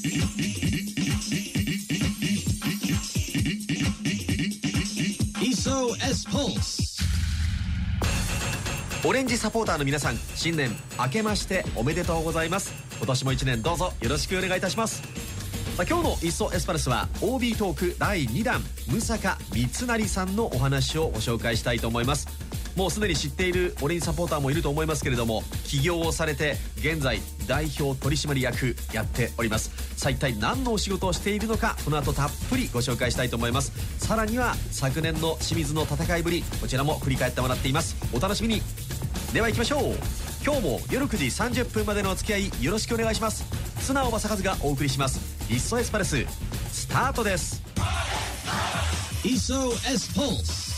SOS Pulse。 オレンジサポーターの皆さん、新年明けましておめでとうございます。今年も1年どうぞよろしくお願いいたします。今日のイッソエスパルスは OB トーク第2弾、六坂光成さんのお話をご紹介したいと思います。もうすでに知っているオレンジサポーターもいると思いますけれども、起業をされて現在代表取締役やっております。さあ一体何のお仕事をしているのか、この後たっぷりご紹介したいと思います。さらには昨年の清水の戦いぶり、こちらも振り返ってもらっています。お楽しみに。では行きましょう。今日も夜9時30分までのお付き合いよろしくお願いします。綱尾正和がお送りしますイッソエスパルス、スタートです。 イッソエスパルス。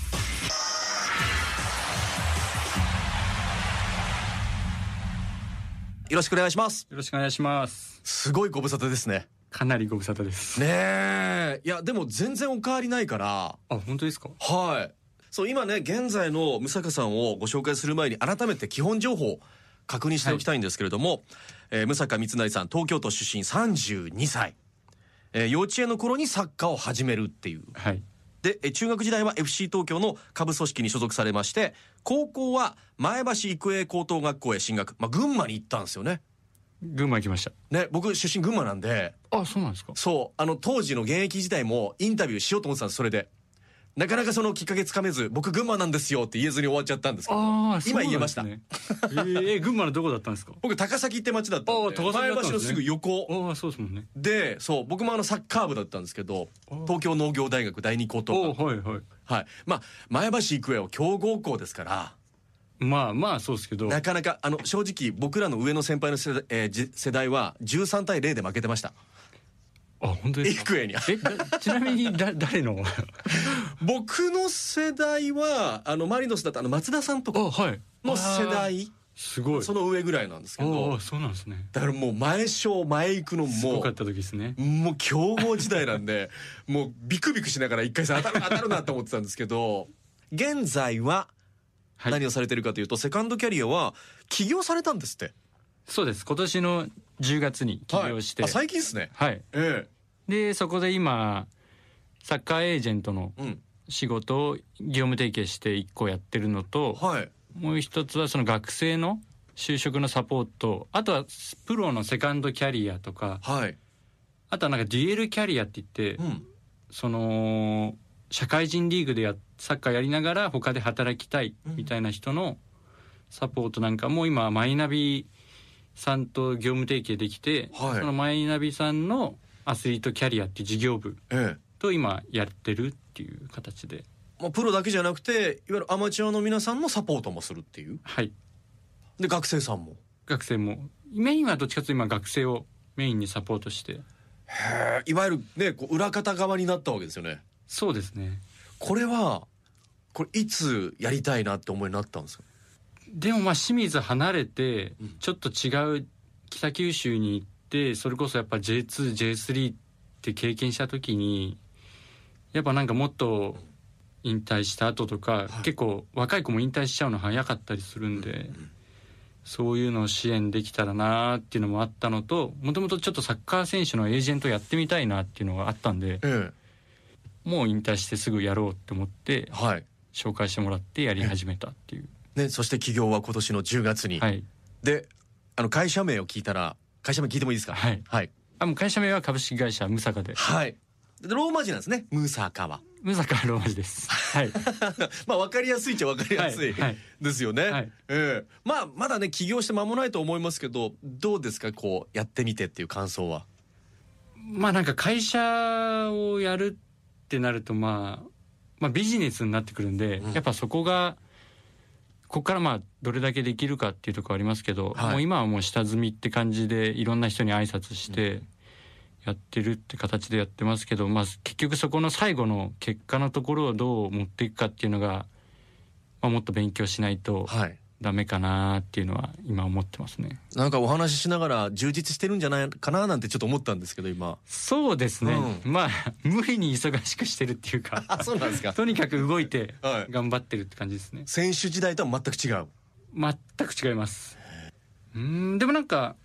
よろしくお願いします。 よろしくお願いします。 すごいご無沙汰ですね。 かなりご無沙汰ですねえ。いやでも全然お変わりないから。 あ、本当ですか？ はい。そう今ね、現在の六坂さんをご紹介する前に改めて基本情報を確認しておきたいんですけれども、六坂光成さん、東京都出身、32歳、幼稚園の頃にサッカーを始めるっていう、 はい、 で中学時代は FC 東京の下部組織に所属されまして、高校は前橋育英高等学校へ進学、群馬に行ったんですよね。 群馬行きましたね。僕出身群馬なんで。 あ、そうなんですか？ そう、当時の現役時代もインタビューしようと思ってたんです。それでなかなかそのきっかけつかめず、僕群馬なんですよって言えずに終わっちゃったんですけど、今言えました。 群馬のどこだったんですか？ 僕高崎って町だったんで、前橋のすぐ横。 そうですもんね。 で、そう僕もサッカー部だったんですけど、東京農業大学第二高等学。 はいはいはい。前橋育英は強豪校ですから、 まあそうですけど、 なかなか正直僕らの上の先輩の世代は13対0で負けてました。 あ、本当ですか？ 育英に。 ちなみに誰の僕の世代はマリノスだった松田さんとかの世代、 すごいその上ぐらいなんですけど。 そうなんですね。 だからもう前行くのもすごかった時ですね。 もう強豪時代なんでもうビクビクしながら一回戦当たるなと思ってたんですけど、現在は何をされてるかというと、セカンドキャリアは起業されたんですって。 そうです。今年の10月に起業して、 はい、最近ですね。 はい。でそこで今サッカーエージェントの仕事を業務提携して1個やってるのと、 はい、 もう一つはその学生の就職のサポート、あとはプロのセカンドキャリアとか、 はい、 あとはなんかデュエルキャリアって言って、その社会人リーグでサッカーやりながら他で働きたいみたいな人のサポートなんかも今マイナビさんと業務提携できて、そのマイナビさんのアスリートキャリアっていう事業部と今やってるっていう形で、 プロだけじゃなくていわゆるアマチュアの皆さんのサポートもするっていう。 はい。 で学生さんもメインはどっちかというと今学生をメインにサポートして、 いわゆるね、裏方側になったわけですよね。 そうですね。 これいつやりたいなって思いになったんですか？ でも清水離れてちょっと違う北九州に行って、それこそやっぱ J2、J3 って経験した時に、やっぱなんかもっと引退した後とか、結構若い子も引退しちゃうの早かったりするんで、そういうのを支援できたらなっていうのもあったのと、もともとちょっとサッカー選手のエージェントやってみたいなっていうのがあったんで、もう引退してすぐやろうって思って、紹介してもらってやり始めたっていう。 ね、そして起業は今年の10月に。で、会社名を聞いたら、会社名聞いてもいいですか？はい。 もう会社名は株式会社ムサカで。 はい。でローマ字なんですね。ムサカは。 ムサカはローマ字です。はい。 分かりやすいっちゃ分かりやすいですよね。まだね起業して間もないと思いますけど、どうですか、やってみてっていう感想は。 なんか会社をやるってなるとビジネスになってくるんで、やっぱそこがここからどれだけできるかっていうところありますけど、もう今はもう下積みって感じでいろんな人に挨拶してやってるって形でやってますけど、結局そこの最後の結果のところをどう持っていくかっていうのが、もっと勉強しないとダメかなっていうのは今思ってますね。 なんかお話ししながら充実してるんじゃないかななんてちょっと思ったんですけど、今。 そうですね、無理に忙しくしてるっていうかそうなんですか。 とにかく動いて頑張ってるって感じですね。 選手時代とは全く違う。 全く違います。でもなんか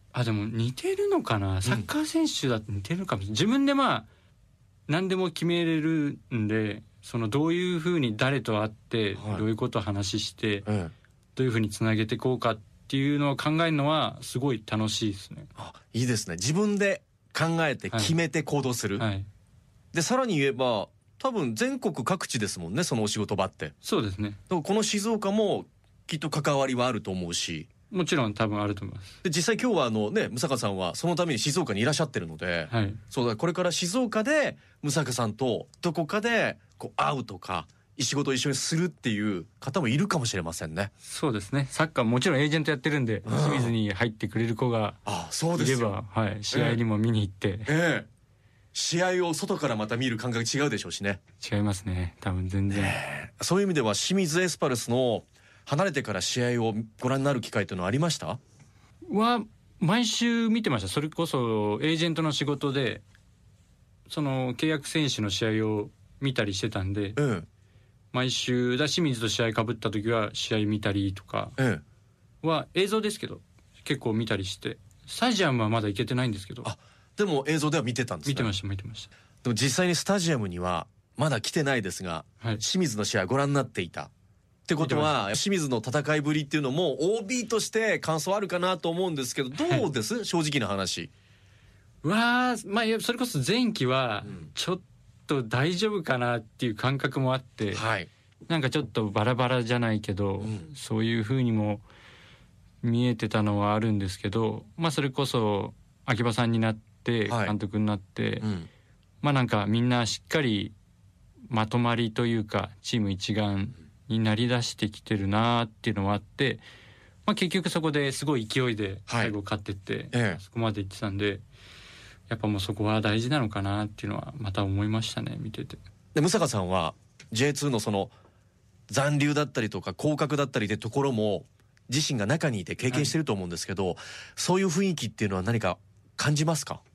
でも似てるのかな、サッカー選手だと似てるかもしれない、自分で何でも決めれるんで、そのどういうふうに誰と会って、どういうことを話して、どういうふうにつなげていこうかっていうのを考えるのはすごい楽しいですね。 いいですね。自分で考えて決めて行動する、でさらに言えば多分全国各地ですもんね、そのお仕事場って。 そうですね。 だからこの静岡もきっと関わりはあると思うし。 もちろん多分あると思います。 で実際今日は六坂さんはそのために静岡にいらっしゃってるので、そうだ、これから静岡で六坂さんとどこかでこう会うとか仕事を一緒にするっていう方もいるかもしれませんね。 そうですね。サッカーもちろんエージェントやってるんで、清水に入ってくれる子がいれば、試合にも見に行って、 試合を外からまた見る感覚違うでしょうしね。 違いますね、多分全然。 そういう意味では清水エスパルスの離れてから試合をご覧になる機会というのはありました？ 毎週見てました。それこそエージェントの仕事でその契約選手の試合を見たりしてたんで、毎週清水と試合かぶった時は試合見たりとかは映像ですけど結構見たりして、スタジアムはまだ行けてないんですけど。 でも映像では見てたんですね。 見てました。 でも実際にスタジアムにはまだ来てないですが、清水の試合ご覧になっていたってことは、清水の戦いぶりっていうのも OB として感想あるかなと思うんですけど、どうです、正直な話。それこそ前期はちょっと大丈夫かなっていう感覚もあって、なんかちょっとバラバラじゃないけど、そういう風にも見えてたのはあるんですけど、それこそ秋葉さんになって監督になって、なんかみんなしっかりまとまりというかチーム一丸になりだしてきてるなっていうのはあって、結局そこですごい勢いで最後勝ってって、そこまで行ってたんで、やっぱもうそこは大事なのかなっていうのはまた思いましたね、見てて。で六坂さんは J2 のその残留だったりとか降格だったりってところも自身が中にいて経験してると思うんですけど、そういう雰囲気っていうのは何か感じますか？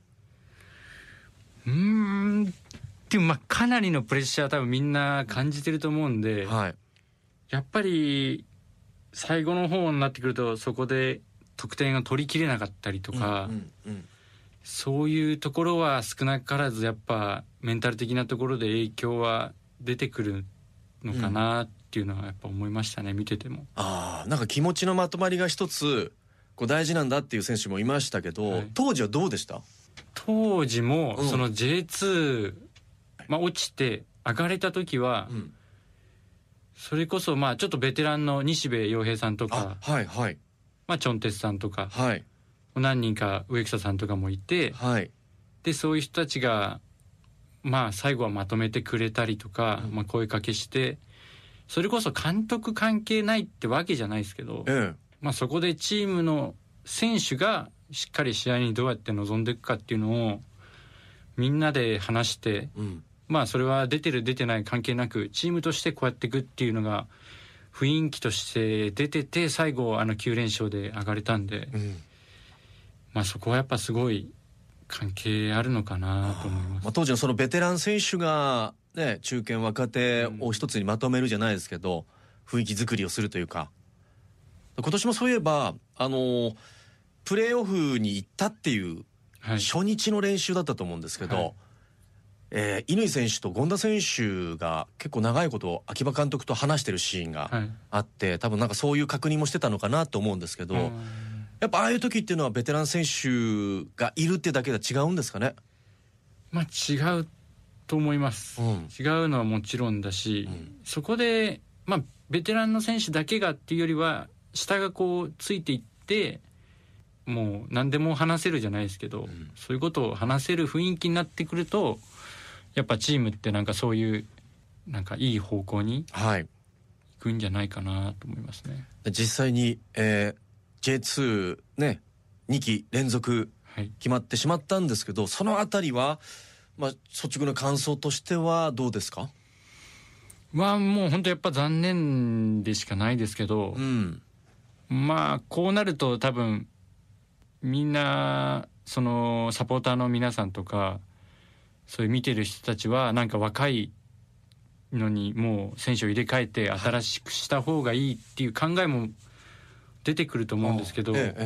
でもかなりのプレッシャー多分みんな感じてると思うんで、やっぱり最後の方になってくるとそこで得点が取りきれなかったりとか、そういうところは少なからずやっぱメンタル的なところで影響は出てくるのかなっていうのはやっぱ思いましたね、見てても。 なんか気持ちのまとまりが一つこう大事なんだっていう選手もいましたけど、当時はどうでした？ 当時もその J2、落ちて上がれた時は、それこそちょっとベテランの西部洋平さんとか、チョンテスさんとか、何人か植草さんとかもいて、でそういう人たちが最後はまとめてくれたりとか、声かけして、それこそ監督関係ないってわけじゃないですけど、そこでチームの選手がしっかり試合にどうやって臨んでいくかっていうのをみんなで話して、それは出てる出てない関係なくチームとしてこうやっていくっていうのが雰囲気として出てて、最後9連勝で上がれたんで、そこはやっぱすごい関係あるのかなと思います。 当時のそのベテラン選手が、中堅若手を一つにまとめるじゃないですけど、雰囲気作りをするというか、今年もそういえばプレーオフに行ったっていう初日の練習だったと思うんですけど、乾選手と権田選手が結構長いこと秋葉監督と話してるシーンがあって、多分なんかそういう確認もしてたのかなと思うんですけど、やっぱああいう時っていうのはベテラン選手がいるってだけでは違うんですかね？ 違うと思います、違うのはもちろんだし、そこでベテランの選手だけがっていうよりは下がこうついていってもう何でも話せるじゃないですけど、そういうことを話せる雰囲気になってくるとやっぱチームってなんかそういうなんかいい方向に行くんじゃないかなと思いますね。 実際に、J2 ね2期連続決まってしまったんですけど、そのあたりは、率直な感想としてはどうですか？ もう本当やっぱ残念でしかないですけど、こうなると多分みんなそのサポーターの皆さんとかそういう見てる人たちはなんか若いのにもう選手を入れ替えて新しくした方がいいっていう考えも出てくると思うんですけど、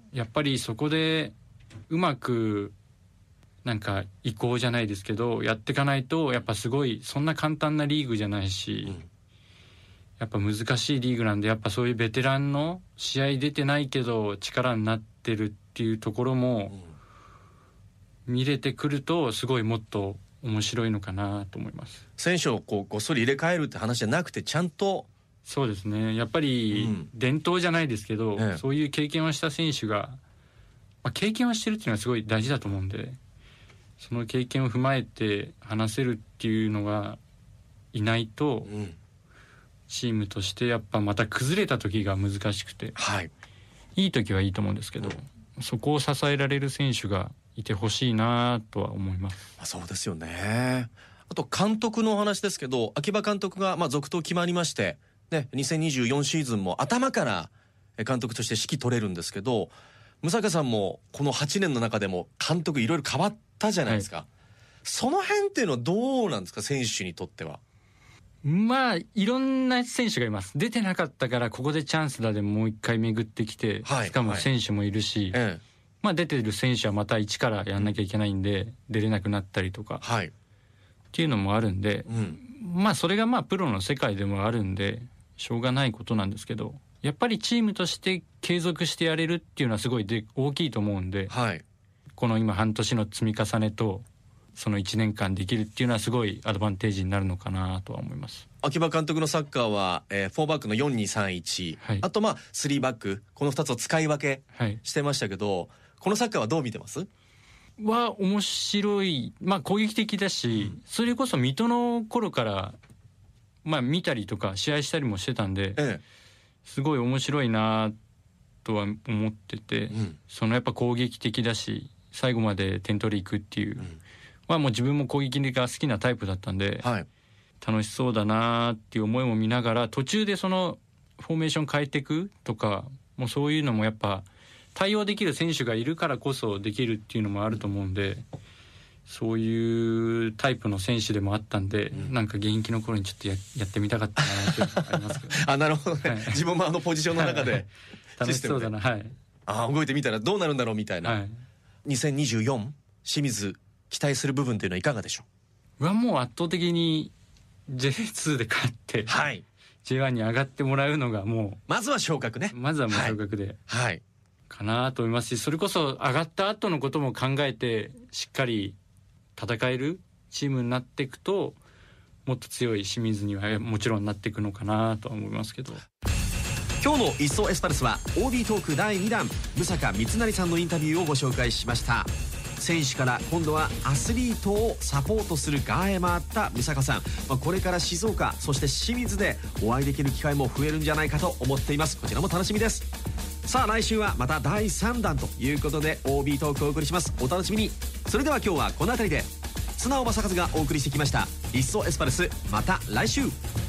やっぱりそこでうまくなんか移行じゃないですけどやっていかないと、やっぱすごいそんな簡単なリーグじゃないし、やっぱ難しいリーグなんで、やっぱそういうベテランの試合出てないけど力になってるっていうところも見れてくると、すごいもっと面白いのかなと思います。 選手をこうごっそり入れ替えるって話じゃなくて、ちゃんと。 そうですね、やっぱり伝統じゃないですけど、そういう経験をした選手が、経験をしてるっていうのはすごい大事だと思うんで、その経験を踏まえて話せるっていうのがいないと、チームとしてやっぱまた崩れた時が難しくて、いい時はいいと思うんですけど、そこを支えられる選手がいてほしいなとは思います。 そうですよね。あと監督のお話ですけど、秋葉監督が続投決まりまして、ね、2024シーズンも頭から監督として指揮取れるんですけど、六坂さんもこの8年の中でも監督いろいろ変わったじゃないですか、その辺っていうのはどうなんですか、選手にとっては。 いろんな選手がいます。出てなかったからここでチャンスだでもう一回巡ってきて、しかも選手もいるし、出てる選手はまた一からやんなきゃいけないんで、出れなくなったりとか、っていうのもあるんで、それがプロの世界でもあるんでしょうがないことなんですけど、やっぱりチームとして継続してやれるっていうのはすごい大きいと思うんで、この今半年の積み重ねとその1年間できるっていうのはすごいアドバンテージになるのかなとは思います。 秋葉監督のサッカーは、4バックの 4-2-3-1、あと3バック、この2つを使い分けしてましたけど、このサッカーはどう見てます？ 面白い、攻撃的だし、それこそ水戸の頃から見たりとか試合したりもしてたんで、すごい面白いなとは思ってて、そのやっぱ攻撃的だし最後まで点取りいくっていう、もう自分も攻撃が好きなタイプだったんで、楽しそうだなっていう思いも見ながら、途中でそのフォーメーション変えていくとか、もうそういうのもやっぱ対応できる選手がいるからこそできるっていうのもあると思うんで、そういうタイプの選手でもあったんで、なんか現役の頃にちょっと やってみたかったなっていうのがありますけどなるほどね、自分もポジションの中で楽しそうだな、 動いてみたらどうなるんだろうみたいな、2024清水期待する部分というのはいかがでしょう？もう圧倒的に J2 で勝って、J1 に上がってもらうのがもうまずは昇格ね。 まずはもう昇格で、かなと思いますし、それこそ上がった後のことも考えてしっかり戦えるチームになっていくと、もっと強い清水にはもちろんなっていくのかなとは思いますけど。 今日の一層エスパルスは OB トーク第2弾、六坂光成さんのインタビューをご紹介しました。選手から今度はアスリートをサポートする側へ回った六坂さん、これから静岡そして清水でお会いできる機会も増えるんじゃないかと思っています。こちらも楽しみです。さあ来週はまた第3弾ということで OB トークをお送りします。お楽しみに。それでは今日はこの辺りで、綱尾正和がお送りしてきました一層エスパルス、また来週。